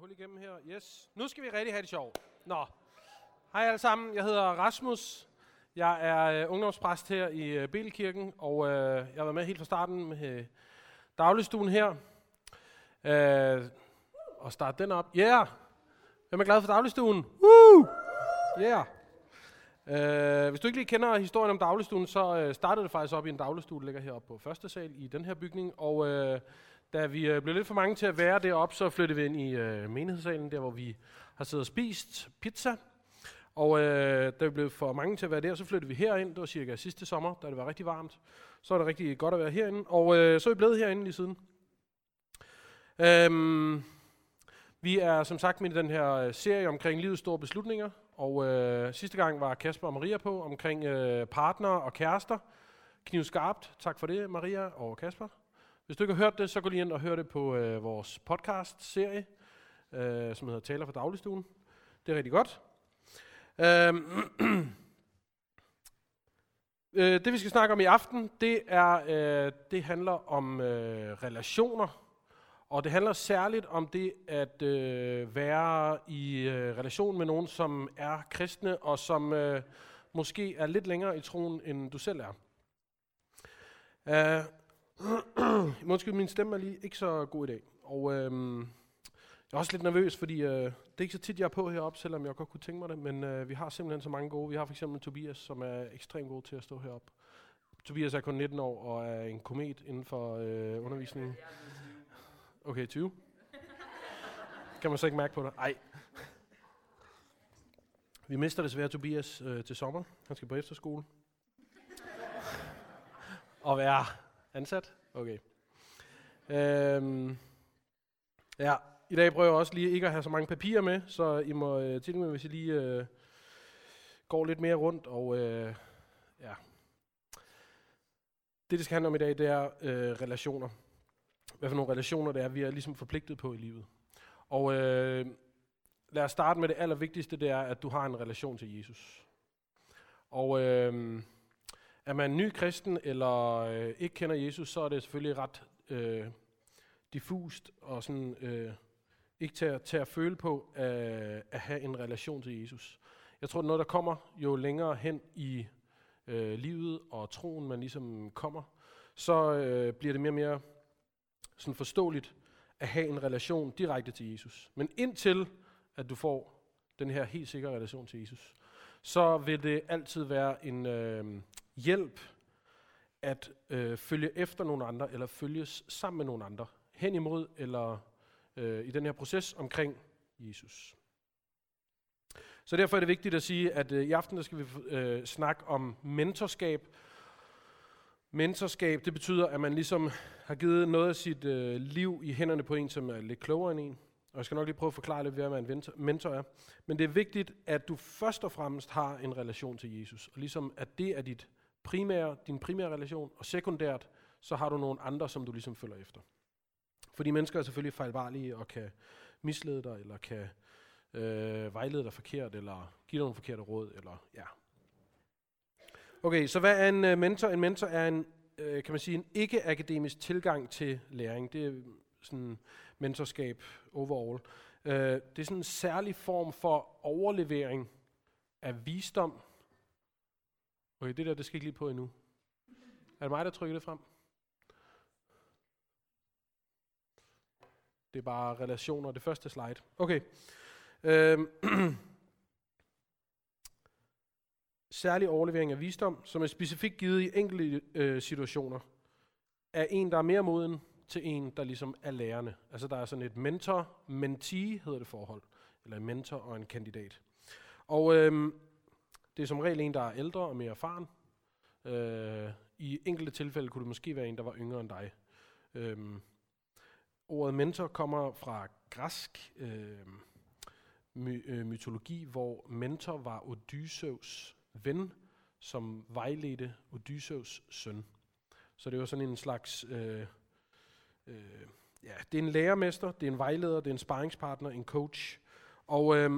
hul igennem her. Yes. Nu skal vi rigtig have det sjovt. Nå. Hej alle sammen. Jeg hedder Rasmus. Jeg er ungdomspræst her i Betelkirken, og jeg har været med helt fra starten med dagligstuen her. Og starte den op. Yeah! Hvem er glad for dagligstuen? Woo! Yeah! Hvis du ikke lige kender historien om dagligstuen, så startede det faktisk op i en dagligstue, der ligger heroppe på første sal i den her bygning. Og da vi blev lidt for mange til at være deroppe, så flyttede vi ind i menighedssalen, der hvor vi har siddet og spist pizza. Og da vi blev for mange til at være der, så flyttede vi herind. Det var cirka sidste sommer, da det var rigtig varmt. Så var det rigtig godt at være herinde. Og så er vi blevet herinde lige siden. Vi er som sagt med i den her serie omkring livets store beslutninger. Og sidste gang var Kasper og Maria på omkring partner og kærester. Knivskarpt. Tak for det, Maria og Kasper. Hvis du ikke har hørt det, så gå lige ind og hør det på vores podcast-serie, som hedder Taler for dagligstuen. Det er rigtig godt. Det vi skal snakke om i aften, det handler om relationer. Og det handler særligt om det at være i relation med nogen, som er kristne, og som måske er lidt længere i troen, end du selv er. Måske min stemme er lige ikke så god i dag. Og jeg er også lidt nervøs, fordi det er ikke så tit, jeg er på heroppe, selvom jeg godt kunne tænke mig det. Men vi har simpelthen så mange gode. Vi har for eksempel Tobias, som er ekstremt god til at stå heroppe. Tobias er kun 19 år og er en komet inden for undervisningen. Okay, 20. Kan man så ikke mærke på dig? Ej. Vi mister desværre Tobias til sommer. Han skal på efterskole. Og være ansat. Okay. Ja, i dag prøver jeg også lige ikke at have så mange papirer med, så I må tilgive mig, hvis I lige går lidt mere rundt. Og ja. Det skal handle om i dag, det er relationer. Hvad for nogle relationer det er, vi er ligesom forpligtet på i livet. Og lad os starte med det allervigtigste, det er, at du har en relation til Jesus. Og er man ny kristen, eller ikke kender Jesus, så er det selvfølgelig ret diffust, og sådan ikke til at føle på at have en relation til Jesus. Jeg tror, det er noget, der kommer jo længere hen i livet, og troen man ligesom kommer, så bliver det mere og mere sådan forståeligt at have en relation direkte til Jesus. Men indtil at du får den her helt sikre relation til Jesus, så vil det altid være en hjælp at følge efter nogle andre, eller følges sammen med nogle andre, hen imod, eller i den her proces omkring Jesus. Så derfor er det vigtigt at sige, at i aften der skal vi snakke om mentorskab. Mentorskab, det betyder, at man ligesom har givet noget af sit liv i hænderne på en, som er lidt klogere end en. Og jeg skal nok lige prøve at forklare lidt, hvad en mentor er. Men det er vigtigt, at du først og fremmest har en relation til Jesus. Og ligesom at det er din primære relation, og sekundært, så har du nogle andre, som du ligesom følger efter. Fordi mennesker er selvfølgelig fejlbarlige og kan mislede dig, eller kan vejlede dig forkert, eller give dig nogle forkerte råd, eller ja. Okay, så hvad er en mentor? En mentor er en, kan man sige, en ikke-akademisk tilgang til læring. Det er sådan mentorskab overall. Det er sådan en særlig form for overlevering af visdom. Okay, det skal ikke lige på endnu. Er det mig, der trykker det frem? Det er bare relationer, det første slide. Okay. Særlig overlevering af visdom, som er specifikt givet i enkelte situationer, er en, der er mere moden til en, der ligesom er lærende. Altså der er sådan et mentor-mentee, hedder det forhold, eller en mentor og en kandidat. Og det er som regel en, der er ældre og mere erfaren. I enkelte tilfælde kunne det måske være en, der var yngre end dig. Ordet mentor kommer fra græsk mytologi, hvor mentor var Odysseus ven, som vejledte Odysseus søn. Så det var sådan en slags, det er en lærermester, det er en vejleder, det er en sparringspartner, en coach. Og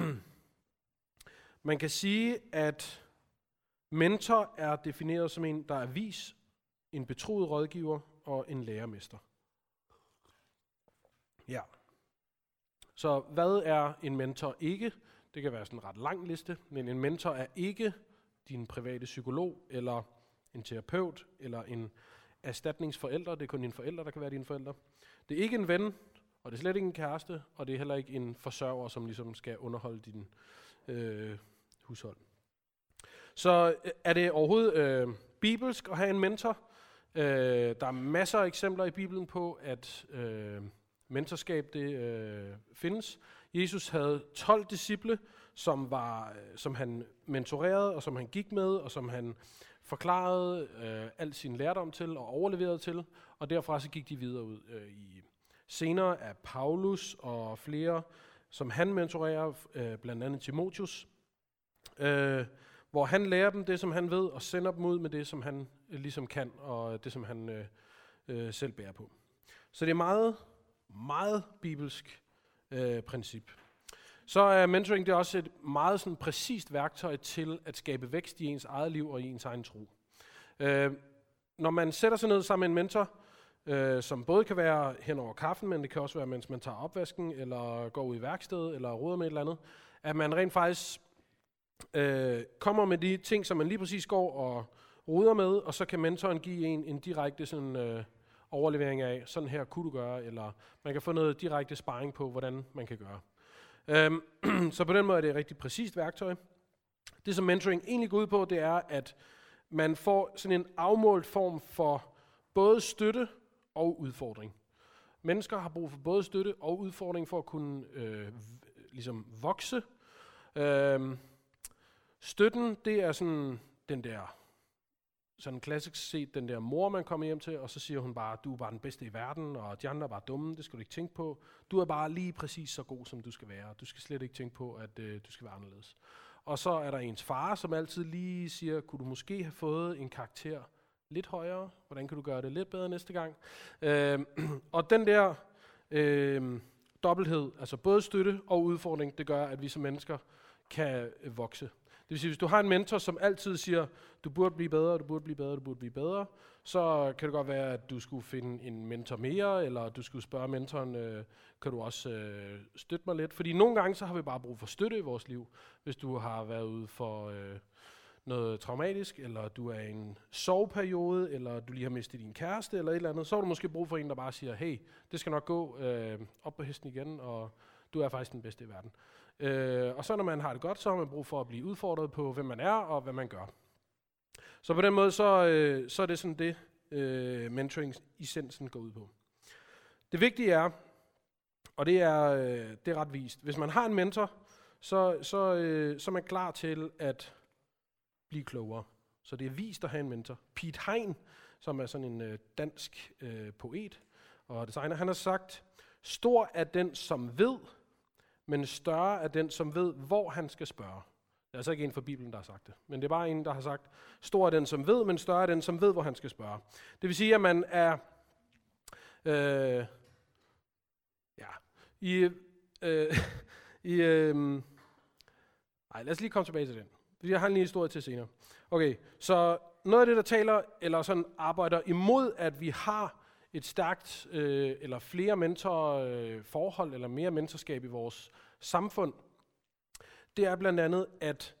man kan sige, at mentor er defineret som en, der er vis, en betroet rådgiver og en lærermester. Ja. Så hvad er en mentor ikke? Det kan være sådan en ret lang liste, men en mentor er ikke din private psykolog, eller en terapeut, eller en erstatningsforælder. Det er kun dine forældre, der kan være dine forældre. Det er ikke en ven, og det er slet ikke en kæreste, og det er heller ikke en forsørger, som ligesom skal underholde din hushold. Så er det overhovedet bibelsk at have en mentor? Der er masser af eksempler i Bibelen på, at mentorskab det findes. Jesus havde 12 disciple, som han mentorerede, og som han gik med, og som han forklarede al sin lærdom til og overleverede til, og derfra så gik de videre ud. Senere er Paulus og flere, som han mentorerer, blandt andet Timotheus, hvor han lærer dem det, som han ved, og sender dem ud med det, som han ligesom kan, og det, som han selv bærer på. Så det er meget, meget bibelsk princip. Så er mentoring det er også et meget sådan præcist værktøj til at skabe vækst i ens eget liv og i ens egen tro. Når man sætter sig ned sammen med en mentor, som både kan være hen over kaffen, men det kan også være, mens man tager opvasken, eller går ud i værkstedet, eller roder med et eller andet, at man rent faktisk kommer med de ting, som man lige præcis går og roder med, og så kan mentoren give en direkte sådan, overlevering af, sådan her kunne du gøre, eller man kan få noget direkte sparring på, hvordan man kan gøre. Så på den måde er det et rigtig præcist værktøj. Det, som mentoring egentlig går ud på, det er, at man får sådan en afmålt form for både støtte og udfordring. Mennesker har brug for både støtte og udfordring for at kunne ligesom vokse. Støtten, det er sådan den der, sådan klassisk set, den der mor, man kommer hjem til, og så siger hun bare, du er bare den bedste i verden, og de andre er bare dumme, det skal du ikke tænke på. Du er bare lige præcis så god, som du skal være. Du skal slet ikke tænke på, at du skal være anderledes. Og så er der ens far, som altid lige siger, kunne du måske have fået en karakter lidt højere? Hvordan kan du gøre det lidt bedre næste gang? Og den der dobbelthed, altså både støtte og udfordring, det gør, at vi som mennesker kan vokse. Det vil sige, hvis du har en mentor, som altid siger, du burde blive bedre, du burde blive bedre, du burde blive bedre, så kan det godt være, at du skulle finde en mentor mere, eller du skulle spørge mentoren, kan du også støtte mig lidt? Fordi nogle gange, så har vi bare brug for støtte i vores liv. Hvis du har været ude for noget traumatisk, eller du er i en soveperiode, eller du lige har mistet din kæreste, eller et eller andet, så har du måske brug for en, der bare siger, hey, det skal nok gå op på hesten igen, og du er faktisk den bedste i verden. Og så når man har det godt, så har man brug for at blive udfordret på, hvem man er og hvad man gør. Så på den måde, så er det sådan det, mentoring-essensen går ud på. Det vigtige er, og det er ret vist, hvis man har en mentor, så er man klar til at blive klogere. Så det er vist at have en mentor. Piet Hein, som er sådan en dansk poet og designer, han har sagt, stor er den, som ved, men større er den, som ved, hvor han skal spørge. Det er altså ikke en fra Bibelen, der har sagt det, men det er bare en, der har sagt, stor er den, som ved, men større er den, som ved, hvor han skal spørge. Det vil sige, at man er... lad os lige komme tilbage til den. Jeg har en lille historie til senere. Okay, så noget af det, der taler, eller sådan arbejder imod, at vi har et stærkt, eller flere mentorforhold, eller mere mentorskab i vores samfund, det er blandt andet, at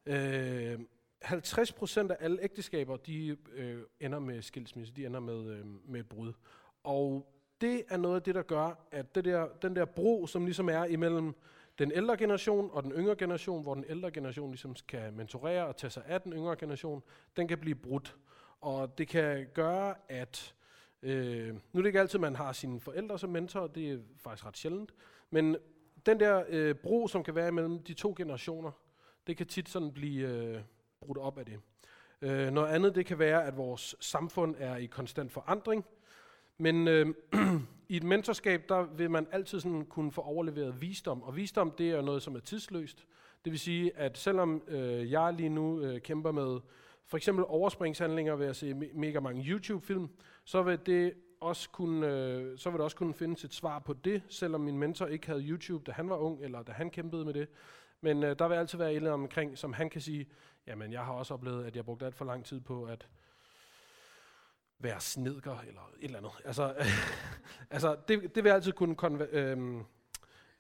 50% af alle ægteskaber, de ender med skilsmisse, de ender med et brud. Og det er noget af det, der gør, at den der bro, som ligesom er imellem den ældre generation og den yngre generation, hvor den ældre generation ligesom skal mentorere og tage sig af den yngre generation, den kan blive brudt. Og det kan gøre, at nu er det ikke altid, man har sine forældre som mentor, det er faktisk ret sjældent, men den der bro, som kan være imellem de to generationer, det kan tit sådan blive brudt op af det. Noget andet, det kan være, at vores samfund er i konstant forandring, men i et mentorskab, der vil man altid sådan kunne få overleveret visdom, og visdom, det er noget, som er tidsløst. Det vil sige, at selvom jeg lige nu kæmper med for eksempel overspringshandlinger ved at se mega mange YouTube-film, så vil det også kunne findes et svar på det, selvom min mentor ikke havde YouTube, da han var ung, eller da han kæmpede med det. Men der vil altid være et eller andet omkring, som han kan sige, jamen jeg har også oplevet, at jeg brugte alt for lang tid på at være snedker, eller et eller andet. Altså det vil altid kunne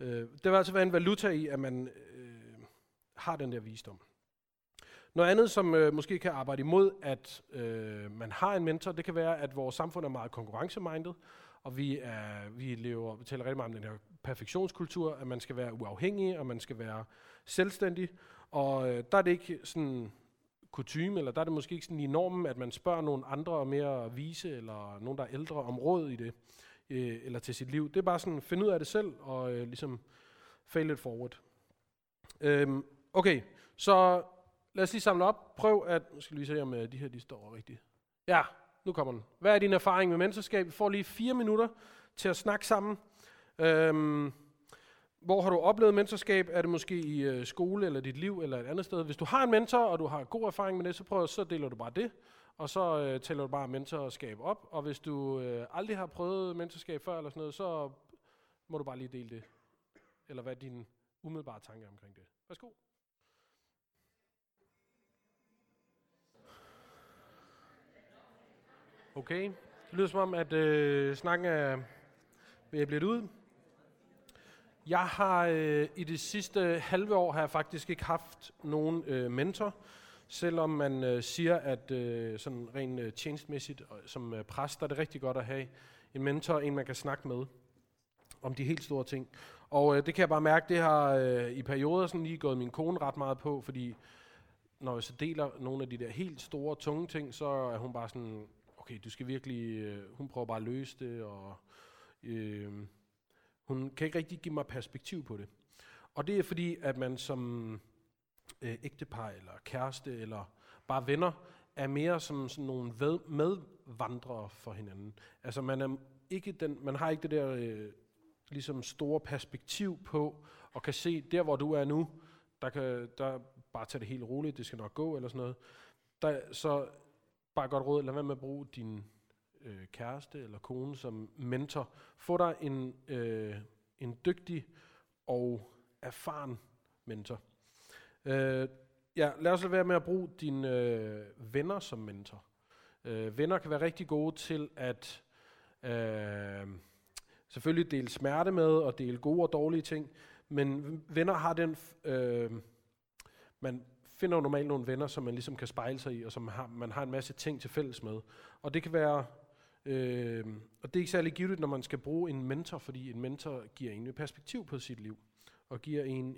Det vil altså være en valuta i, at man har den der visdom. Noget andet, som måske kan arbejde imod, at man har en mentor, det kan være, at vores samfund er meget konkurrencemindet, og vi taler rigtig meget om den her perfektionskultur, at man skal være uafhængig, og man skal være selvstændig. Og der er det ikke sådan kutyme, eller der er det måske ikke sådan i normen, at man spørger nogle andre og mere vise, eller nogen, der er ældre, om råd i det, eller til sit liv. Det er bare sådan, finde ud af det selv, og ligesom fail it forward. Okay, så lad os lige samle op. Prøv at, nu skal vi lige se, om de her, de står rigtigt. Ja, nu kommer den. Hvad er din erfaring med mentorskab? Vi får lige 4 minutter til at snakke sammen. Hvor har du oplevet mentorskab? Er det måske i skole, eller dit liv, eller et andet sted? Hvis du har en mentor, og du har god erfaring med det, så deler du bare det. Og så tæller du bare mentorskab op. Og hvis du aldrig har prøvet mentorskab før, eller sådan noget, så må du bare lige dele det. Eller hvad er din umiddelbare tanke omkring det? Værsgo. Okay, det lyder som om, at snakken er ved at blive ud. Jeg har i det sidste halve år har jeg faktisk ikke haft nogen mentor, selvom man siger, at sådan rent tjenestmæssigt som præst, der er det rigtig godt at have en mentor, en man kan snakke med om de helt store ting. Og det kan jeg bare mærke, det har i perioder sådan lige gået min kone ret meget på, fordi når jeg så deler nogle af de der helt store, tunge ting, så er hun bare sådan, okay, du skal virkelig, hun prøver bare at løse det, og hun kan ikke rigtig give mig perspektiv på det. Og det er fordi, at man som ægtepar, eller kæreste, eller bare venner, er mere som sådan nogle medvandrere for hinanden. Altså man har ikke det der ligesom store perspektiv på, og kan se, der hvor du er nu, der bare tage det helt roligt, det skal nok gå, eller sådan noget. Så bare godt råd, lad være med at bruge din kæreste eller kone som mentor. Få dig en dygtig og erfaren mentor. Lad os lade være med at bruge dine venner som mentor. Venner kan være rigtig gode til at selvfølgelig dele smerte med og dele gode og dårlige ting, men venner har den man finder jo normalt nogle venner, som man ligesom kan spejle sig i, og som man har en masse ting til fælles med. Og det kan være, og det er ikke særlig givet, når man skal bruge en mentor, fordi en mentor giver en et perspektiv på sit liv, og giver en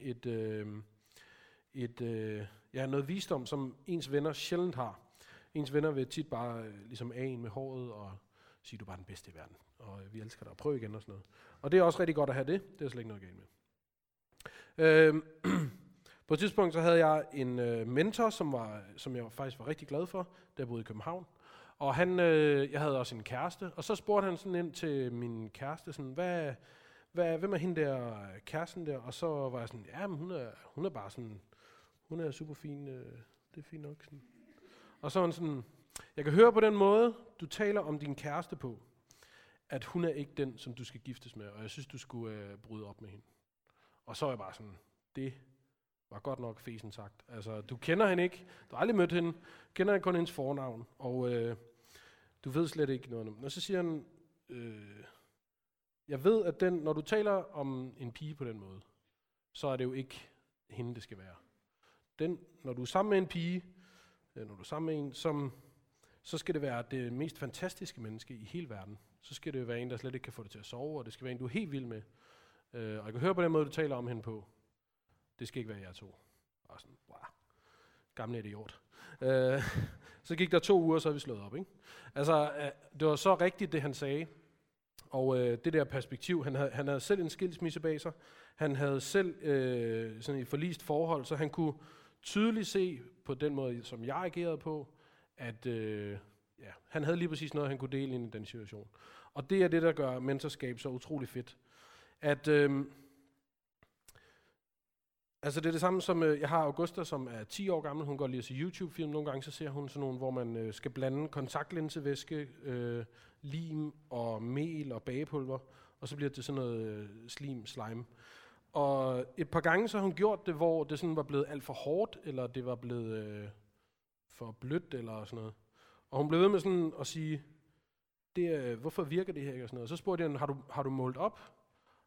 noget visdom, som ens venner sjældent har. Ens venner vil tit bare ligesom af en med håret, og sige, du er bare den bedste i verden, og vi elsker dig, og prøv igen og sådan noget. Og det er også rigtig godt at have det, det er slet ikke noget galt med. På et tidspunkt så havde jeg en mentor, som jeg faktisk var rigtig glad for, da jeg boede i København. Og jeg havde også en kæreste, og så spurgte han sådan ind til min kæreste, sådan, hvem er hende der kæresten der? Og så var jeg sådan, ja, men hun er bare sådan, hun er super fin, det er fint nok. Sådan. Og så var han sådan, jeg kan høre på den måde, du taler om din kæreste på, at hun er ikke den, som du skal giftes med, og jeg synes, du skulle bryde op med hende. Og så var jeg bare sådan, det var godt nok fesen sagt. Altså, du kender hende ikke, du har aldrig mødt hende, kender kun hendes fornavn, og du ved slet ikke noget om. Og så siger han, jeg ved, at når du taler om en pige på den måde, så er det jo ikke hende, det skal være. Når du er sammen med en pige, når du er sammen med en, så skal det være det mest fantastiske menneske i hele verden. Så skal det være en, der slet ikke kan få det til at sove, og det skal være en, du er helt vild med. Og jeg kan høre på den måde, du taler om hende på. Det skal ikke være jer to. Og sådan, wow, gamle idiot. Så gik der 2 uger, så er vi slået op, ikke? Altså, det var så rigtigt, det han sagde. Og det der perspektiv, han havde selv en skilsmisse bag sig. Han havde selv sådan et forlist forhold, så han kunne tydeligt se på den måde, som jeg agerede på, at han havde lige præcis noget, han kunne dele ind i den situation. Og det er det, der gør mentorskab så utrolig fedt. At altså det er det samme som, jeg har Augusta, som er 10 år gammel, hun går lige at se YouTube-film, nogle gange så ser hun sådan nogle, hvor man skal blande kontaktlinsevæske, lim og mel og bagepulver, og så bliver det sådan noget slime. Og et par gange så har hun gjort det, hvor det sådan var blevet alt for hårdt, eller det var blevet for blødt, eller sådan noget. Og hun blev ved med sådan at sige, hvorfor virker det her ikke, og sådan noget. Og så spurgte jeg hende, har du målt op?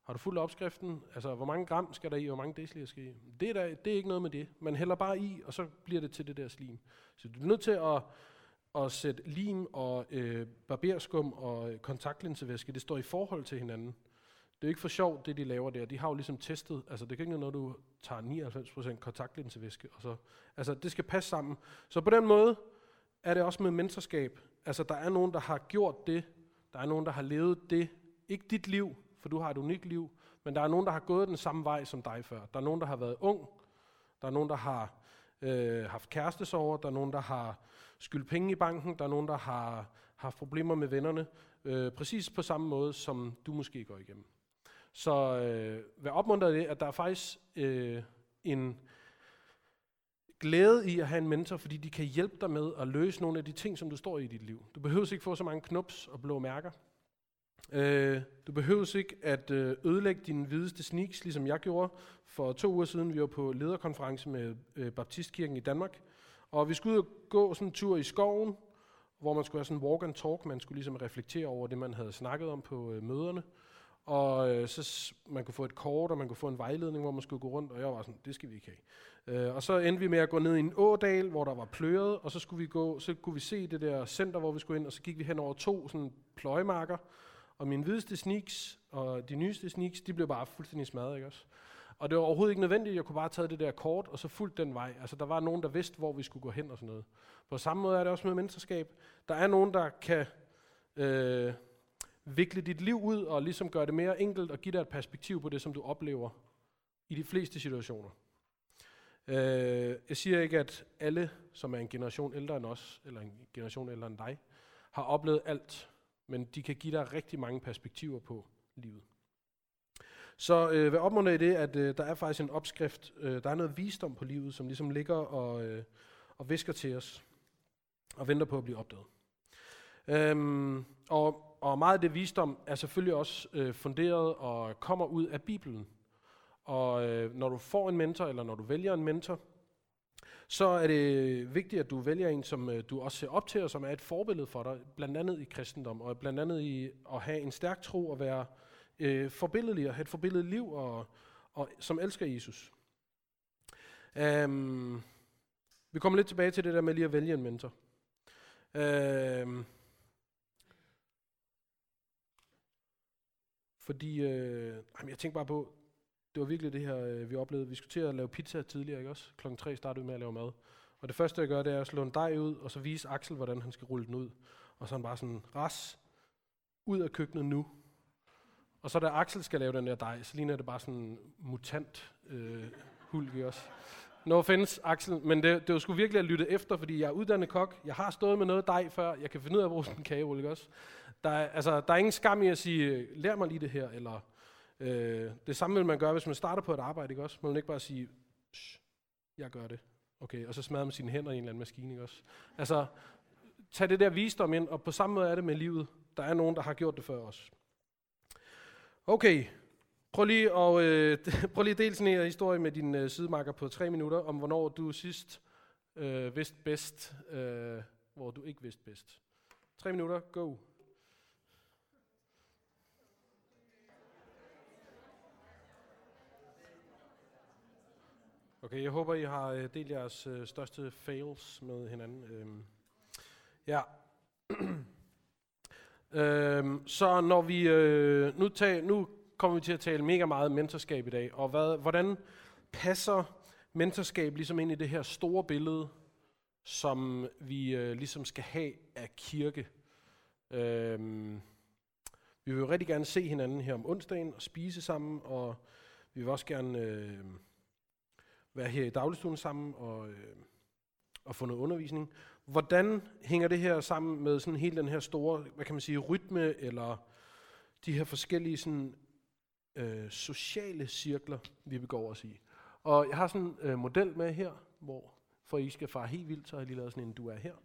Har du fulgt opskriften? Altså, hvor mange gram skal der i, hvor mange deciliter skal der i? Det er ikke noget med det. Man hælder bare i, og så bliver det til det der slim. Så du er nødt til at sætte lim og barberskum og kontaktlinsevæske. Det står i forhold til hinanden. Det er ikke for sjovt, det de laver der. De har jo ligesom testet. Altså, det kan ikke noget, du tager 99% kontaktlinsevæske. Og så, altså, det skal passe sammen. Så på den måde er det også med mentorskab. Altså, der er nogen, der har gjort det. Der er nogen, der har levet det. Ikke dit liv, for du har et unikt liv. Men der er nogen, der har gået den samme vej som dig før. Der er nogen, der har været ung. Der er nogen, der har haft kærestesorger. Der er nogen, der har skyldt penge i banken. Der er nogen, der har haft problemer med vennerne. Præcis på samme måde, som du måske går igennem. Så vær opmuntret af det, at der er faktisk en glæde i at have en mentor, fordi de kan hjælpe dig med at løse nogle af de ting, som du står i dit liv. Du behøver ikke få så mange knups og blå mærker. Du behøver ikke at ødelægge dine hvideste sneaks, ligesom jeg gjorde for 2 uger siden. Vi var på lederkonference med Baptistkirken i Danmark, og vi skulle ud og gå sådan en tur i skoven, hvor man skulle have sådan en walk and talk. Man skulle ligesom reflektere over det, man havde snakket om på møderne. Og så man kunne få et kort, og man kunne få en vejledning, hvor man skulle gå rundt, og jeg var sådan, det skal vi ikke have. Og så endte vi med at gå ned i en ådal, hvor der var pløret, og så kunne vi se det der center, hvor vi skulle ind, og så gik vi hen over 2 sådan pløjemarker, og mine hvideste sneaks og de nyeste sneaks, de blev bare fuldstændig smadret, ikke også? Og det var overhovedet ikke nødvendigt, jeg kunne bare tage det der kort, og så fulgte den vej. Altså der var nogen, der vidste, hvor vi skulle gå hen og sådan noget. På samme måde er det også med mentorskab. Der er nogen, der kan vikle dit liv ud, og ligesom gøre det mere enkelt, og give dig et perspektiv på det, som du oplever i de fleste situationer. Jeg siger ikke, at alle, som er en generation ældre end os, eller en generation ældre end dig, har oplevet alt, men de kan give dig rigtig mange perspektiver på livet. Så vær opmuntret i det, at der er faktisk en opskrift, der er noget visdom på livet, som ligesom ligger og visker til os, og venter på at blive opdaget. Og meget af det visdom er selvfølgelig også funderet og kommer ud af Bibelen. Og når du får en mentor, eller når du vælger en mentor, så er det vigtigt, at du vælger en, som du også ser op til, og som er et forbillede for dig, blandt andet i kristendom, og blandt andet i at have en stærk tro, og være forbilledelig, og have et forbilledeligt liv, og som elsker Jesus. Vi kommer lidt tilbage til det der med lige at vælge en mentor. Fordi, jeg tænkte bare på, det var virkelig det her, vi oplevede. Vi skulle til at lave pizza tidligere, ikke også? 3:00 startede vi med at lave mad. Og det første, jeg gør, det er at slå en dej ud, og så vise Axel, hvordan han skal rulle den ud. Og så han bare sådan, ud af køkkenet nu. Og så da Axel skal lave den der dej, så ligner det bare sådan en mutant hulk, ikke også? No offense, Axel, men det var sgu virkelig at lytte efter, fordi jeg er uddannet kok. Jeg har stået med noget dej før. Jeg kan finde ud af at bruge sådan en kagerulle, ikke også? Der er ingen skam i at sige, lær mig lige det her, eller det samme vil man gøre, hvis man starter på et arbejde, ikke også? Man vil ikke bare sige, jeg gør det. Okay, og så smadrer man sine hænder i en eller anden maskine, ikke også? Altså, tag det der visdom ind, og på samme måde er det med livet. Der er nogen, der har gjort det før os. Okay, prøv lige at dele sådan en historie med din sidemarker på 3 minutter, om hvornår du sidst vidste bedst, hvor du ikke vidste bedst. 3 minutter, go. Okay, jeg håber, I har delt jeres største fails med hinanden. Ja. Så når vi nu kommer vi til at tale mega meget mentorskab i dag, og hvordan passer mentorskab ligesom ind i det her store billede, som vi ligesom skal have af kirke. Vi vil jo rigtig gerne se hinanden her om onsdagen og spise sammen, og vi vil også gerne være her i dagligstuen sammen og få noget undervisning. Hvordan hænger det her sammen med sådan hele den her store, hvad kan man sige, rytme, eller de her forskellige sådan, sociale cirkler, vi begår os i? Og jeg har sådan en model med her, hvor for I skal fare helt vildt, så har jeg lige lavet sådan en, du er her.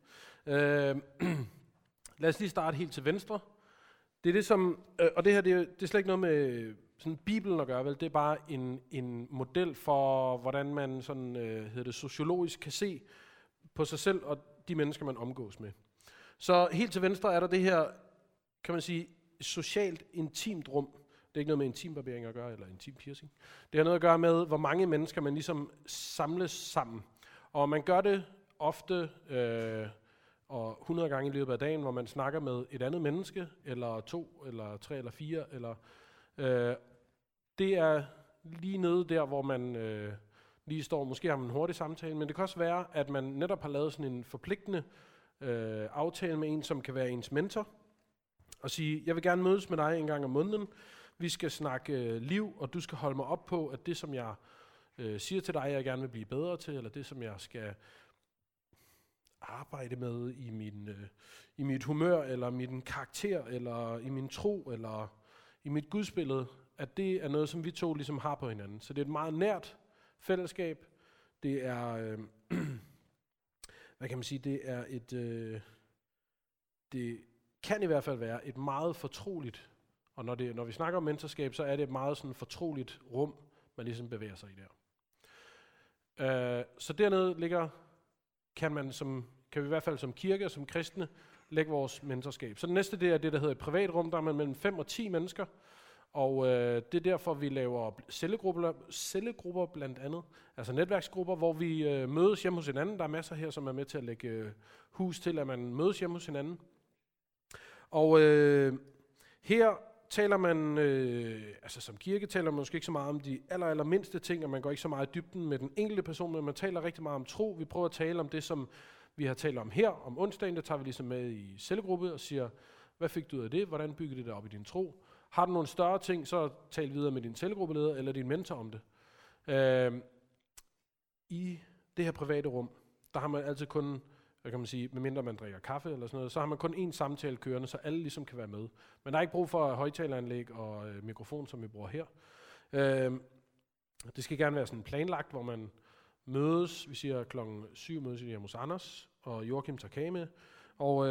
Lad os lige starte helt til venstre. Det er det som, og det her, det er slet ikke noget med sådan Bibelen at gøre, vel? Det er bare en model for, hvordan man sådan, sociologisk kan se på sig selv og de mennesker, man omgås med. Så helt til venstre er der det her, kan man sige, socialt intimt rum, Det er ikke noget med intimbarbering at gøre, eller intim piercing. Det har noget at gøre med, hvor mange mennesker man ligesom samles sammen. Og man gør det ofte og 100 gange i løbet af dagen, hvor man snakker med et andet menneske, eller 2, eller 3, eller 4, eller det er lige nede der, hvor man lige står. Måske har man en hurtig samtale, men det kan også være, at man netop har lavet sådan en forpligtende aftale med en, som kan være ens mentor, og sige, jeg vil gerne mødes med dig en gang om måneden. Vi skal snakke liv, og du skal holde mig op på, at det, som jeg siger til dig, jeg gerne vil blive bedre til, eller det, som jeg skal arbejde med i mit humør, eller min karakter, eller i min tro, eller i mit gudsbillede, at det er noget, som vi to ligesom har på hinanden. Så det er et meget nært fællesskab. Det er, hvad kan man sige, det er det kan i hvert fald være et meget fortroligt, og når vi snakker om mentorskab, så er det et meget sådan fortroligt rum, man ligesom bevæger sig i der. Så dernede ligger, kan vi i hvert fald som kirke og som kristne lægge vores mentorskab. Så det næste, det er det, der hedder et privat rum, der er man mellem 5 og 10 mennesker, og det er derfor, vi laver cellegrupper blandt andet, altså netværksgrupper, hvor vi mødes hjemme hos hinanden. Der er masser her, som er med til at lægge hus til, at man mødes hjemme hos hinanden. Og her taler man, altså som kirke taler man måske ikke så meget om de allermindste ting, og man går ikke så meget i dybden med den enkelte person, men man taler rigtig meget om tro. Vi prøver at tale om det, som vi har talt om her, om onsdagen. Det tager vi ligesom med i cellegruppe og siger, hvad fik du ud af det? Hvordan bygger det dig op i din tro? Har du nogle større ting, så tal videre med din cellegruppeleder eller din mentor om det. I det her private rum, der har man altid kun, hvad kan man sige, medmindre man drikker kaffe eller sådan noget, så har man kun én samtale kørende, så alle ligesom kan være med. Men der er ikke brug for højtaleranlæg og mikrofon, som vi bruger her. Det skal gerne være sådan planlagt, hvor man mødes. Vi siger 7:00 mødes vi hjemme hos Anders, og Joachim tager kage med. Og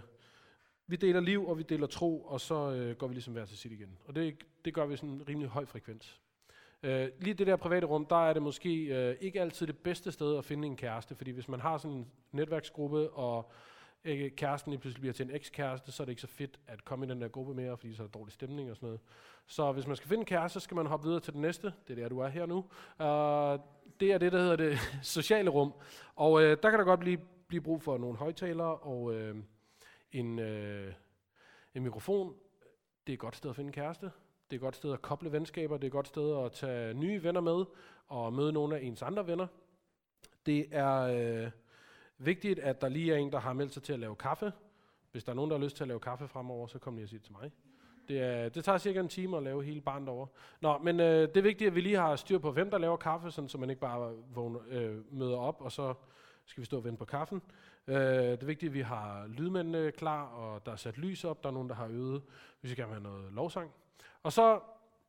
vi deler liv, og vi deler tro, og så går vi ligesom hver til sit igen. Og det gør vi sådan en rimelig høj frekvens. Lige det der private rum, der er det måske ikke altid det bedste sted at finde en kæreste, fordi hvis man har sådan en netværksgruppe, og kæresten lige pludselig bliver til en ekskæreste, så er det ikke så fedt at komme i den der gruppe mere, fordi så er der dårlig stemning og sådan noget. Så hvis man skal finde en kæreste, så skal man hoppe videre til det næste. Det er der, du er her nu. Det er det, der hedder det sociale rum. Og der kan der godt blive brug for nogle højtalere og en mikrofon. Det er et godt sted at finde en kæreste. Det er et godt sted at koble venskaber. Det er et godt sted at tage nye venner med og møde nogle af ens andre venner. Det er vigtigt, at der lige er en, der har meldt sig til at lave kaffe. Hvis der er nogen, der har lyst til at lave kaffe fremover, så kom lige og sig det til mig. Det tager cirka en time at lave hele barnet over. Nå, men det er vigtigt, at vi lige har styr på, hvem der laver kaffe, sådan, så man ikke bare møder op, og så skal vi stå og vente på kaffen. Det er vigtigt, at vi har lydmændene klar, og der er sat lys op. Der er nogen, der har øvet, hvis vi gerne vil have noget lovsang. Og så,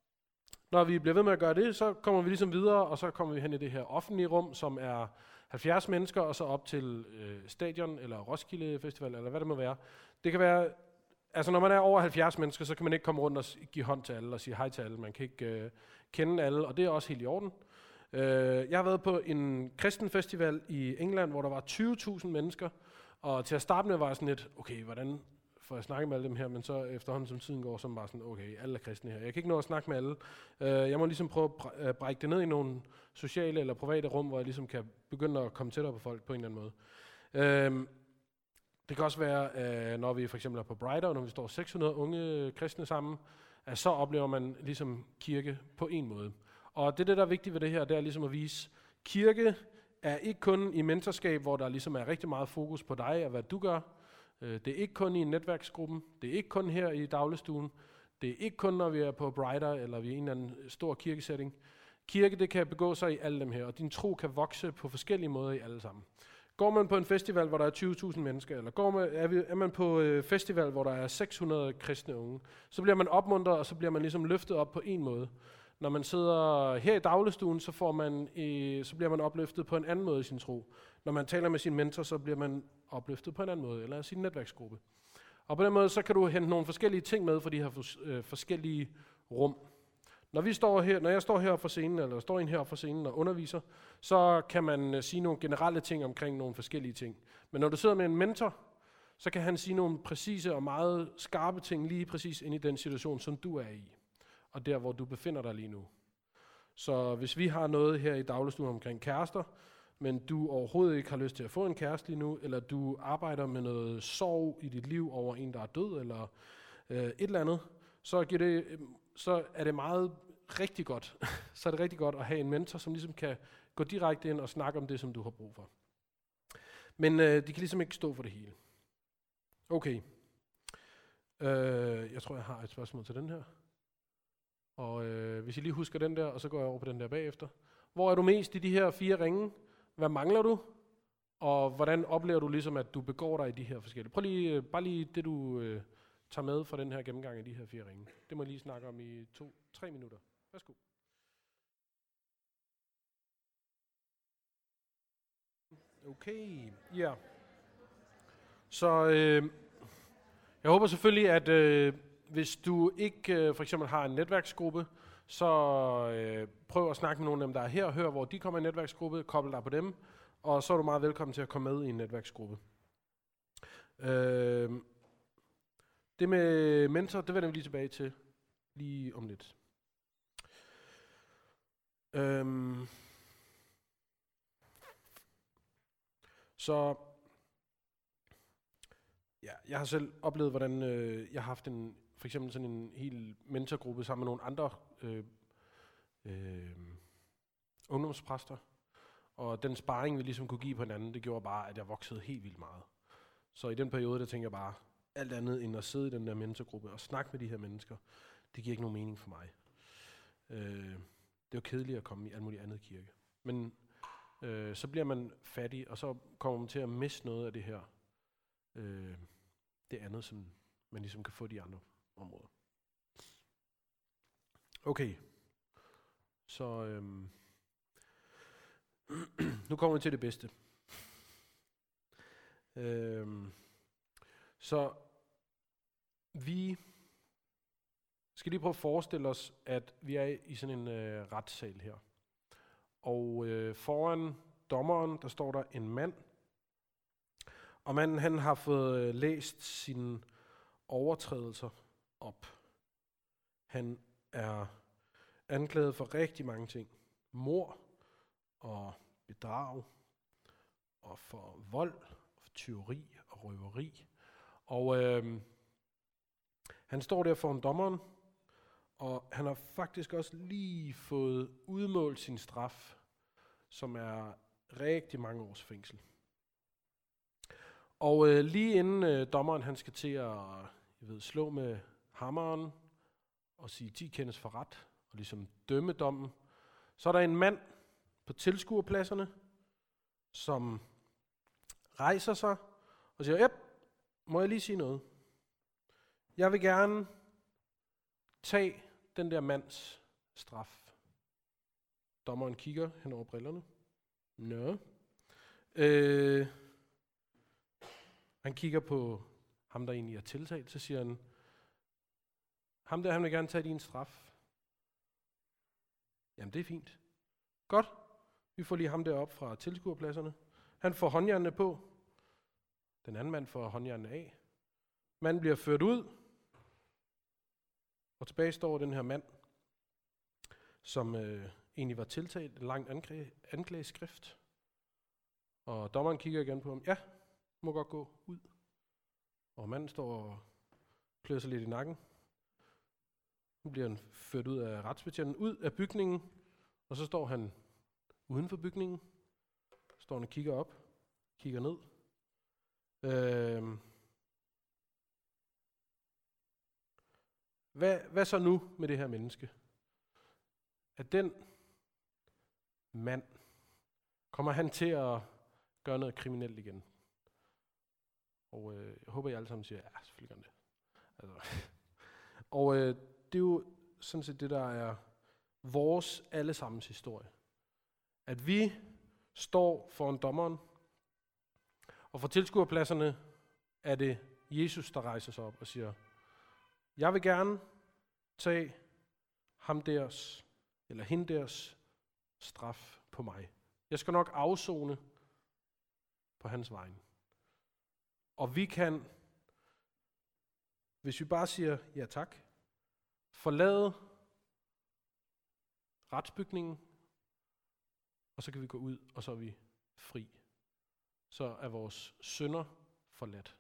når vi bliver ved med at gøre det, så kommer vi ligesom videre, og så kommer vi hen i det her offentlige rum, som er 70 mennesker, og så op til Stadion, eller Roskilde Festival, eller hvad det må være. Det kan være, altså når man er over 70 mennesker, så kan man ikke komme rundt og give hånd til alle og sige hej til alle. Man kan ikke kende alle, og det er også helt i orden. Jeg har været på en kristen festival i England, hvor der var 20.000 mennesker, og til at starte med var jeg sådan lidt, okay, hvordan får jeg snakke med alle dem her, men så efterhånden som tiden går, så var sådan, okay, alle er kristne her. Jeg kan ikke nå at snakke med alle. Jeg må ligesom prøve at brække det ned i nogle sociale eller private rum, hvor jeg ligesom kan begynde at komme tættere på folk på en eller anden måde. Det kan også være, når vi for eksempel er på Brighter, når vi står 600 unge kristne sammen, at så oplever man ligesom kirke på en måde. Og det, der er vigtigt ved det her, det er ligesom at vise, kirke er ikke kun i mentorskab, hvor der ligesom er rigtig meget fokus på dig og hvad du gør. Det er ikke kun i netværksgruppen. Det er ikke kun her i dagligstuen. Det er ikke kun, når vi er på Brighter, eller vi er i en eller anden stor kirkesætning. Kirke, det kan begå sig i alle dem her, og din tro kan vokse på forskellige måder i alle sammen. Går man på en festival, hvor der er 20.000 mennesker, eller er man på festival, hvor der er 600 kristne unge, så bliver man opmuntret, og så bliver man ligesom løftet op på en måde. Når man sidder her i dagligstuen, så bliver man opløftet på en anden måde i sin tro. Når man taler med sin mentor, så bliver man opløftet på en anden måde, eller sin netværksgruppe. Og på den måde, så kan du hente nogle forskellige ting med for de her forskellige rum. Når jeg står heroppe for scenen, eller står en heroppe for scenen og underviser, så kan man sige nogle generelle ting omkring nogle forskellige ting. Men når du sidder med en mentor, så kan han sige nogle præcise og meget skarpe ting lige præcis ind i den situation, som du er i. og der, hvor du befinder dig lige nu. Så hvis vi har noget her i dagligstuen omkring kærester, men du overhovedet ikke har lyst til at få en kæreste lige nu, eller du arbejder med noget sorg i dit liv over en, der er død, eller et eller andet, så er det meget rigtig godt. Så er det rigtig godt at have en mentor, som ligesom kan gå direkte ind og snakke om det, som du har brug for. Men de kan ligesom ikke stå for det hele. Okay. Jeg tror, jeg har et spørgsmål til den her. Og hvis I lige husker den der, og så går jeg over på den der bagefter. Hvor er du mest i de her 4 ringe? Hvad mangler du? Og hvordan oplever du ligesom, at du begår dig i de her forskellige? Prøv lige, bare lige det, du tager med fra den her gennemgang af de her 4 ringe. Det må jeg lige snakke om i 2-3 minutter. Værsgo. Okay, ja. Så jeg håber selvfølgelig, at hvis du ikke for eksempel har en netværksgruppe, så prøv at snakke med nogle af dem, der er her, og hør, hvor de kommer i en netværksgruppe, koble dig på dem, og så er du meget velkommen til at komme med i en netværksgruppe. Det med mentor, det vender vi lige tilbage til, lige om lidt. Så ja, jeg har selv oplevet, hvordan jeg har haft for eksempel sådan en hel mentorgruppe sammen med nogle andre ungdomspræster. Og den sparring, vi ligesom kunne give på hinanden, det gjorde bare, at jeg voksede helt vildt meget. Så i den periode, der tænker jeg bare, alt andet end at sidde i den der mentorgruppe og snakke med de her mennesker, det giver ikke nogen mening for mig. Det var kedeligt at komme i alt muligt andet kirke. Men så bliver man fattig, og så kommer man til at miste noget af det her, det andet, som man ligesom kan få de andre områder. Okay, så nu kommer vi til det bedste. Så vi skal lige prøve at forestille os, at vi er i sådan en retssal her. Og foran dommeren, der står der en mand. Og manden, han har fået læst sine overtrædelser op. Han er anklaget for rigtig mange ting. Mord og bedrag, og for vold, og for tyveri og røveri. Og han står der foran dommeren, og han har faktisk også lige fået udmålt sin straf, som er rigtig mange års fængsel. Og lige inden dommeren han skal til at slå med hammeren og sige 10 kendes for ret, og ligesom dømme dommen, så er der en mand på tilskuerpladserne, som rejser sig og siger, jep, må jeg lige sige noget? Jeg vil gerne tage den der mands straf. Dommeren kigger hen over brillerne. Nå. Han kigger på ham, der egentlig er tiltalt, så siger han, ham der, han vil gerne tage din straf. Jamen, det er fint. Godt. Vi får lige ham derop fra tilskuerpladserne. Han får håndjernene på. Den anden mand får håndjernene af. Manden bliver ført ud. Og tilbage står den her mand, som egentlig var tiltalt, en langt anklageskrift. Og dommeren kigger igen på ham. Ja, må godt gå ud. Og manden står og klør sig lidt i nakken. Nu bliver han ført ud af retsbetjenten, ud af bygningen, og så står han uden for bygningen. Står han og kigger op, kigger ned. Hvad så nu med det her menneske? At den mand, kommer han til at gøre noget kriminelt igen? Og jeg håber, I alle sammen siger, ja, selvfølgelig gør det. Altså. Og det er jo sådan set det, der er vores allesammens historie. At vi står foran dommeren, og fra tilskuerpladserne er det Jesus, der rejser sig op og siger, jeg vil gerne tage ham deres, eller hende deres straf på mig. Jeg skal nok afsone på hans vegne. Og vi kan, hvis vi bare siger ja tak, forlade retsbygningen, og så kan vi gå ud, og så er vi fri. Så er vores synder forladt.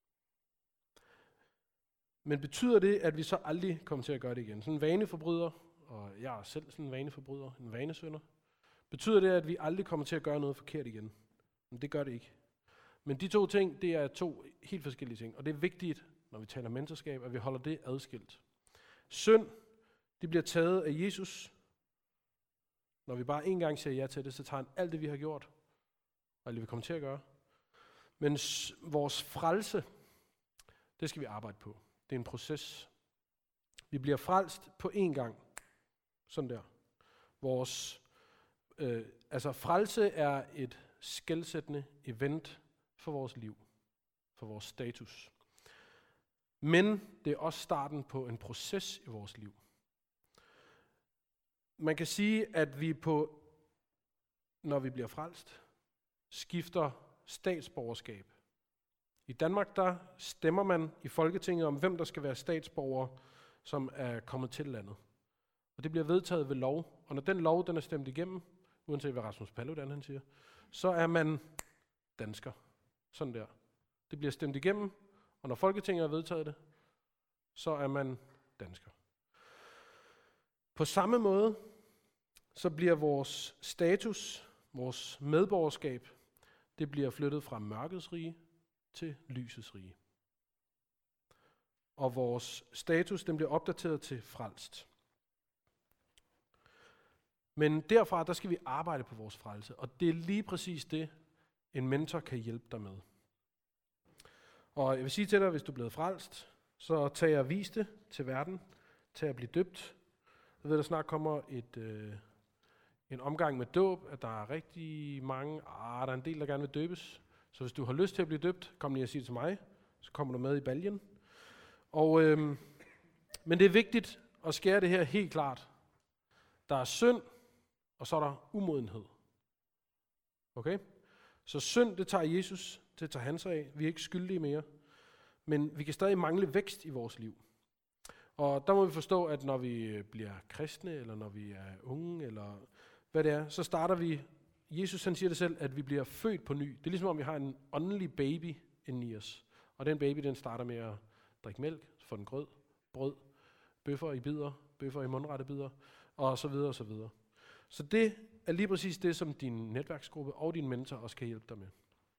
Men betyder det, at vi så aldrig kommer til at gøre det igen? Sådan en vaneforbryder, og jeg er selv sådan en vaneforbryder, en vanesynder. Betyder det, at vi aldrig kommer til at gøre noget forkert igen? Men det gør det ikke. Men de to ting, det er to helt forskellige ting, og det er vigtigt, når vi taler mentorskab, at vi holder det adskilt. Synd, det bliver taget af Jesus. Når vi bare en gang siger ja til det, så tager han alt det, vi har gjort, og alt det, vi kommer til at gøre. Men vores frelse, det skal vi arbejde på. Det er en proces. Vi bliver frelst på én gang. Sådan der. Vores frelse er et skelsættende event for vores liv, for vores status. Men det er også starten på en proces i vores liv. Man kan sige, at vi når vi bliver frelst, skifter statsborgerskab. I Danmark, der stemmer man i Folketinget om, hvem der skal være statsborger, som er kommet til landet. Og det bliver vedtaget ved lov. Og når den lov, den er stemt igennem, uanset hvad Rasmus Paludan han siger, så er man dansker. Sådan der. Det bliver stemt igennem, og når Folketinget har vedtaget det, så er man dansker. På samme måde, så bliver vores status, vores medborgerskab, det bliver flyttet fra mørkets rige til lysets rige. Og vores status, den bliver opdateret til frelst. Men derfra, der skal vi arbejde på vores frelse, og det er lige præcis det, en mentor kan hjælpe dig med. Og jeg vil sige til dig, hvis du er blevet frelst, så tag og vis det til verden, tag at blive døbt. Jeg ved, der snart kommer en omgang med dåb, at der er rigtig mange, der er en del, der gerne vil døbes. Så hvis du har lyst til at blive døbt, kom lige og sig det til mig, så kommer du med i baljen. Men det er vigtigt at skære det her helt klart. Der er synd, og så er der umodenhed. Okay? Så synd, det tager Jesus, det tager han sig af. Vi er ikke skyldige mere. Men vi kan stadig mangle vækst i vores liv. Og der må vi forstå, at når vi bliver kristne, eller når vi er unge, eller hvad det er, så starter vi, Jesus han siger det selv, at vi bliver født på ny. Det er ligesom om vi har en åndelig baby inde i os. Og den baby, den starter med at drikke mælk, så får den brød, bøffer i bidder, bøffer i mundrette bidder, og så videre og så videre. Så det er lige præcis det, som din netværksgruppe og din mentor også kan hjælpe dig med.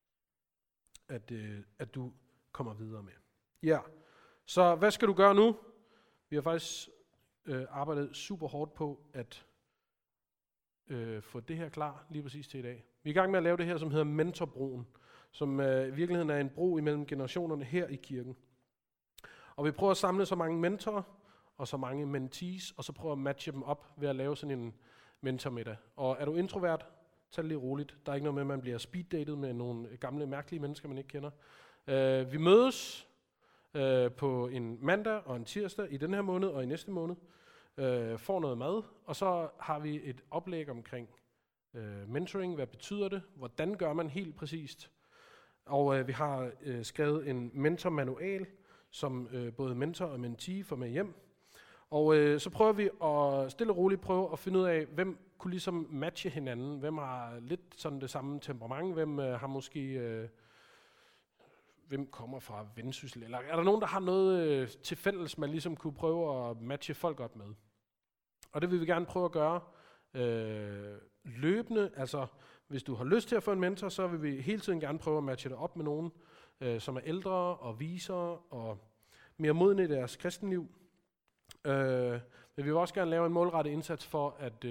At du kommer videre med. Ja, så hvad skal du gøre nu? Vi har faktisk arbejdet super hårdt på at få det her klar lige præcis til i dag. Vi er i gang med at lave det her, som hedder Mentorbroen, som i virkeligheden er en bro imellem generationerne her i kirken. Og vi prøver at samle så mange mentorer og så mange mentees, og så prøver at matche dem op ved at lave sådan en mentormiddag. Og er du introvert, tag det lige roligt. Der er ikke noget med, at man bliver speeddatet med nogle gamle, mærkelige mennesker, man ikke kender. Vi mødes på en mandag og en tirsdag i den her måned og i næste måned. Får noget mad, og så har vi et oplæg omkring mentoring. Hvad betyder det? Hvordan gør man helt præcist? Og vi har skrevet en mentormanual, som både mentor og mentee får med hjem. Og så prøver vi at stille og roligt prøve at finde ud af, hvem kunne ligesom matche hinanden. Hvem har lidt sådan det samme temperament? Hvem har måske... hvem kommer fra Vendsyssel? Eller er der nogen, der har noget til fælles, man ligesom kunne prøve at matche folk op med? Og det vil vi gerne prøve at gøre løbende. Altså, hvis du har lyst til at få en mentor, så vil vi hele tiden gerne prøve at matche dig op med nogen, som er ældre og visere og mere modne i deres kristenliv. Men vi vil også gerne lave en målrettet indsats for at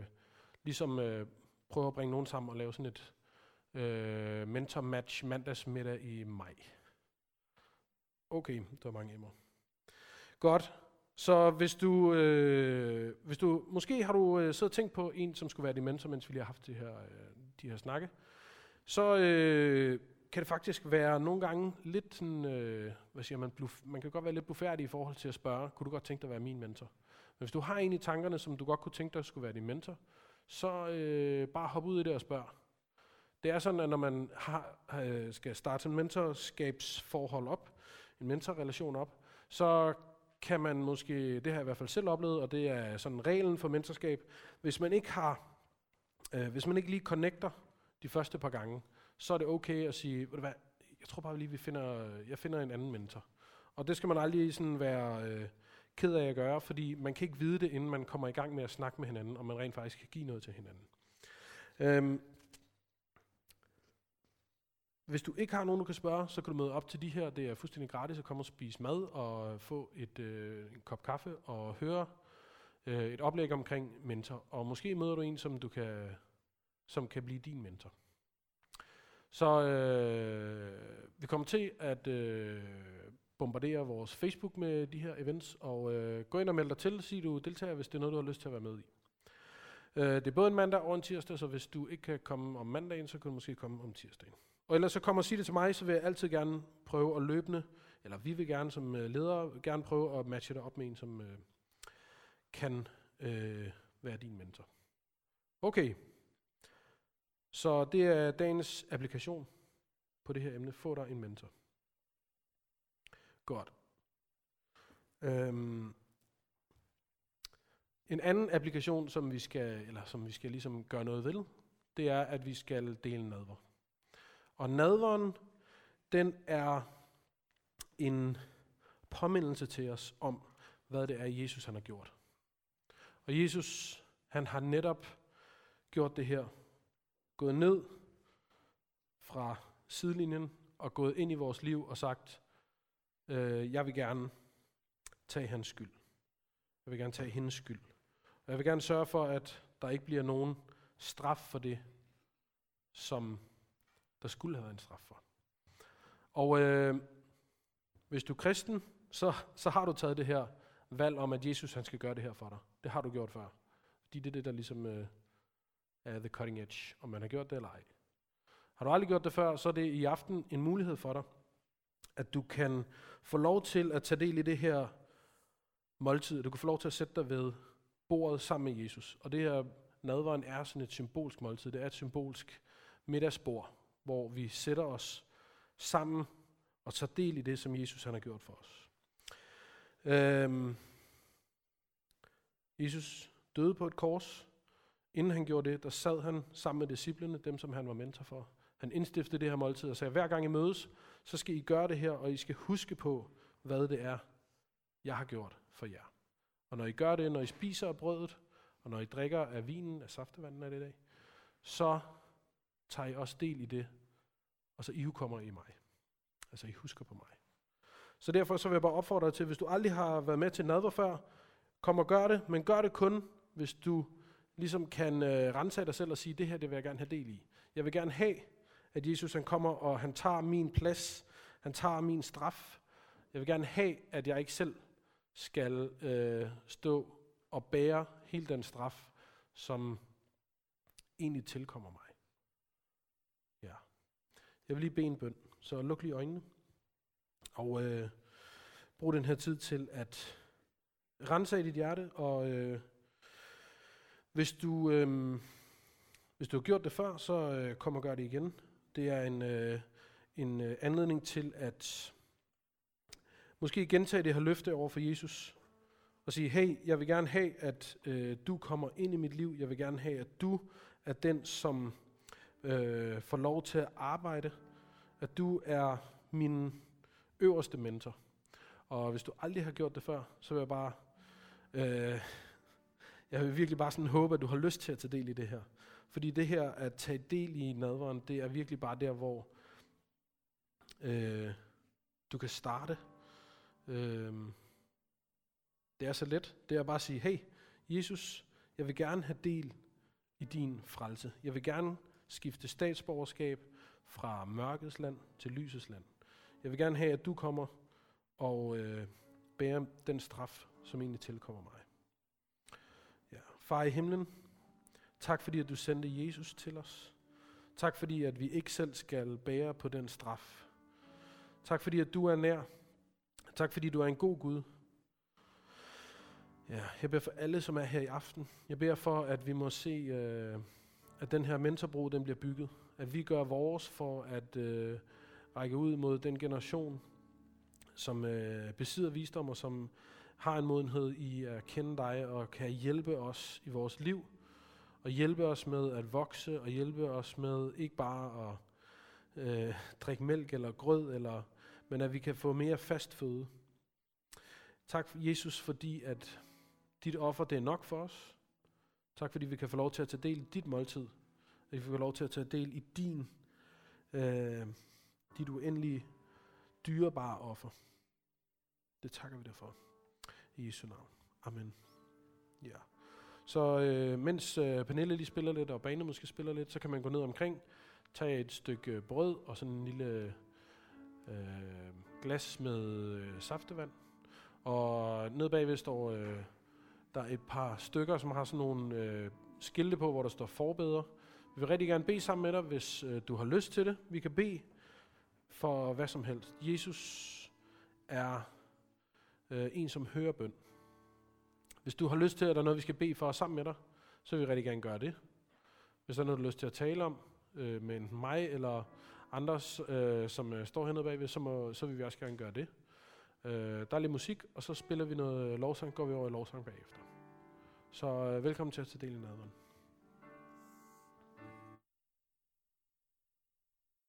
prøve at bringe nogen sammen og lave sådan et mentor-match mandagsmiddag i maj. Okay, der var mange emmer. Godt. Så hvis du måske har du siddet og tænkt på en, som skulle være din mentor, mens vi lige har haft de her snakke, så kan det faktisk være nogle gange lidt sådan, man kan godt være lidt blufærdig i forhold til at spørge, kunne du godt tænke dig at være min mentor? Men hvis du har en i tankerne, som du godt kunne tænke dig skulle være din mentor, så bare hop ud i det og spørg. Det er sådan, at når man skal starte en mentorskabsforhold op, en mentorrelation op, så kan man måske, det har jeg i hvert fald selv oplevet, og det er sådan reglen for mentorskab, hvis man ikke lige connecter de første par gange, så er det okay at sige, ved du hvad, jeg tror bare lige, jeg finder en anden mentor. Og det skal man aldrig sådan være ked af at gøre, fordi man kan ikke vide det, inden man kommer i gang med at snakke med hinanden, og man rent faktisk kan give noget til hinanden. Hvis du ikke har nogen, du kan spørge, så kan du møde op til de her. Det er fuldstændig gratis at komme og spise mad og få en kop kaffe og høre et oplæg omkring mentor. Og måske møder du en, som kan blive din mentor. Så vi kommer til at bombardere vores Facebook med de her events, og gå ind og meld dig til, sig du deltager, hvis det er noget, du har lyst til at være med i. Det er både en mandag og en tirsdag, så hvis du ikke kan komme om mandagen, så kan du måske komme om tirsdagen. Og ellers så kom og sig det til mig, så vil jeg altid gerne prøve at løbende, eller vi vil gerne som ledere gerne prøve at matche dig op med en, som kan være din mentor. Okay, så det er dagens applikation på det her emne. Få dig en mentor. Godt. En anden applikation, som vi skal ligesom gøre noget ved, det er, at vi skal dele nadver. Og nadveren, den er en påmindelse til os om, hvad det er, Jesus han har gjort. Og Jesus, han har netop gjort det her, gået ned fra sidelinjen og gået ind i vores liv og sagt, jeg vil gerne tage hans skyld. Jeg vil gerne tage hendes skyld. Og jeg vil gerne sørge for, at der ikke bliver nogen straf for det, som der skulle have været en straf for. Og hvis du er kristen, så har du taget det her valg om, at Jesus han skal gøre det her for dig. Det har du gjort før. Fordi det er det, der ligesom er the cutting edge, om man har gjort det eller ej. Har du aldrig gjort det før, så er det i aften en mulighed for dig, at du kan få lov til at tage del i det her måltid. Du kan få lov til at sætte dig ved bordet sammen med Jesus. Og det her nadveren er sådan et symbolsk måltid. Det er et symbolsk middagsbord, hvor vi sætter os sammen og tager del i det, som Jesus han har gjort for os. Jesus døde på et kors. Inden han gjorde det, der sad han sammen med disciplene, dem som han var mentor for. Han indstiftede det her måltid og sagde, hver gang I mødes, så skal I gøre det her, og I skal huske på, hvad det er, jeg har gjort for jer. Og når I gør det, når I spiser af brødet, og når I drikker af vinen, af saftevanden er det i dag, så tager I også del i det, og så I kommer i mig. Altså I husker på mig. Så derfor så vil jeg bare opfordre dig til, hvis du aldrig har været med til nadver før, kom og gør det, men gør det kun, hvis du ligesom kan rense dig selv og sige, det her det vil jeg gerne have del i. Jeg vil gerne have, at Jesus han kommer, og han tager min plads, han tager min straf. Jeg vil gerne have, at jeg ikke selv skal stå og bære hele den straf, som egentlig tilkommer mig. Ja. Jeg vil lige bede en bøn, så luk lige øjnene, og brug den her tid til at rense i dit hjerte, og hvis du har gjort det før, så kom og gør det igen. Det er en anledning til at måske gentage det her løfte over for Jesus, og sige, hey, jeg vil gerne have, at du kommer ind i mit liv. Jeg vil gerne have, at du er den, som får lov til at arbejde. At du er min øverste mentor. Og hvis du aldrig har gjort det før, så vil jeg bare, jeg vil virkelig bare sådan håbe, at du har lyst til at tage del i det her. Fordi det her at tage del i nadveren, det er virkelig bare der, hvor du kan starte. Det er så let. Det er bare at sige, hey, Jesus, jeg vil gerne have del i din frelse. Jeg vil gerne skifte statsborgerskab fra mørkets land til lysets land. Jeg vil gerne have, at du kommer og bærer den straf, som egentlig tilkommer mig. Ja. Far i himlen, tak fordi, at du sendte Jesus til os. Tak fordi, at vi ikke selv skal bære på den straf. Tak fordi, at du er nær. Tak fordi, du er en god Gud. Ja, jeg beder for alle, som er her i aften. Jeg beder for, at vi må se, at den her mentorbro, den bliver bygget. At vi gør vores for at række ud mod den generation, som besidder visdom, og som har en modenhed i at kende dig og kan hjælpe os i vores liv, og hjælpe os med at vokse, og hjælpe os med ikke bare at drikke mælk eller grød, men at vi kan få mere fast føde. Tak, Jesus, fordi at dit offer, det er nok for os. Tak, fordi vi kan få lov til at tage del i dit måltid. At vi får lov til at tage del i dit uendelige, dyrebare offer. Det takker vi dig for. I Jesu navn. Amen. Ja. Så mens Pernille lige spiller lidt, og Bane måske spiller lidt, så kan man gå ned omkring, tage et stykke brød og sådan en lille glas med saftevand. Og ned bagved står der et par stykker, som har sådan nogle skilte på, hvor der står forbeder. Vi vil rigtig gerne bede sammen med dig, hvis du har lyst til det. Vi kan bede for hvad som helst. Jesus er en, som hører bøn. Hvis du har lyst til, at der er noget, vi skal bede for sammen med dig, så vil vi rigtig gerne gøre det. Hvis der er noget, du har lyst til at tale om med enten mig eller andre, som står hernede bagved, så vil vi også gerne gøre det. Der er lidt musik, og så spiller vi noget lovsang, går vi over i lovsang bagefter. Så velkommen til at tage del i nadveren.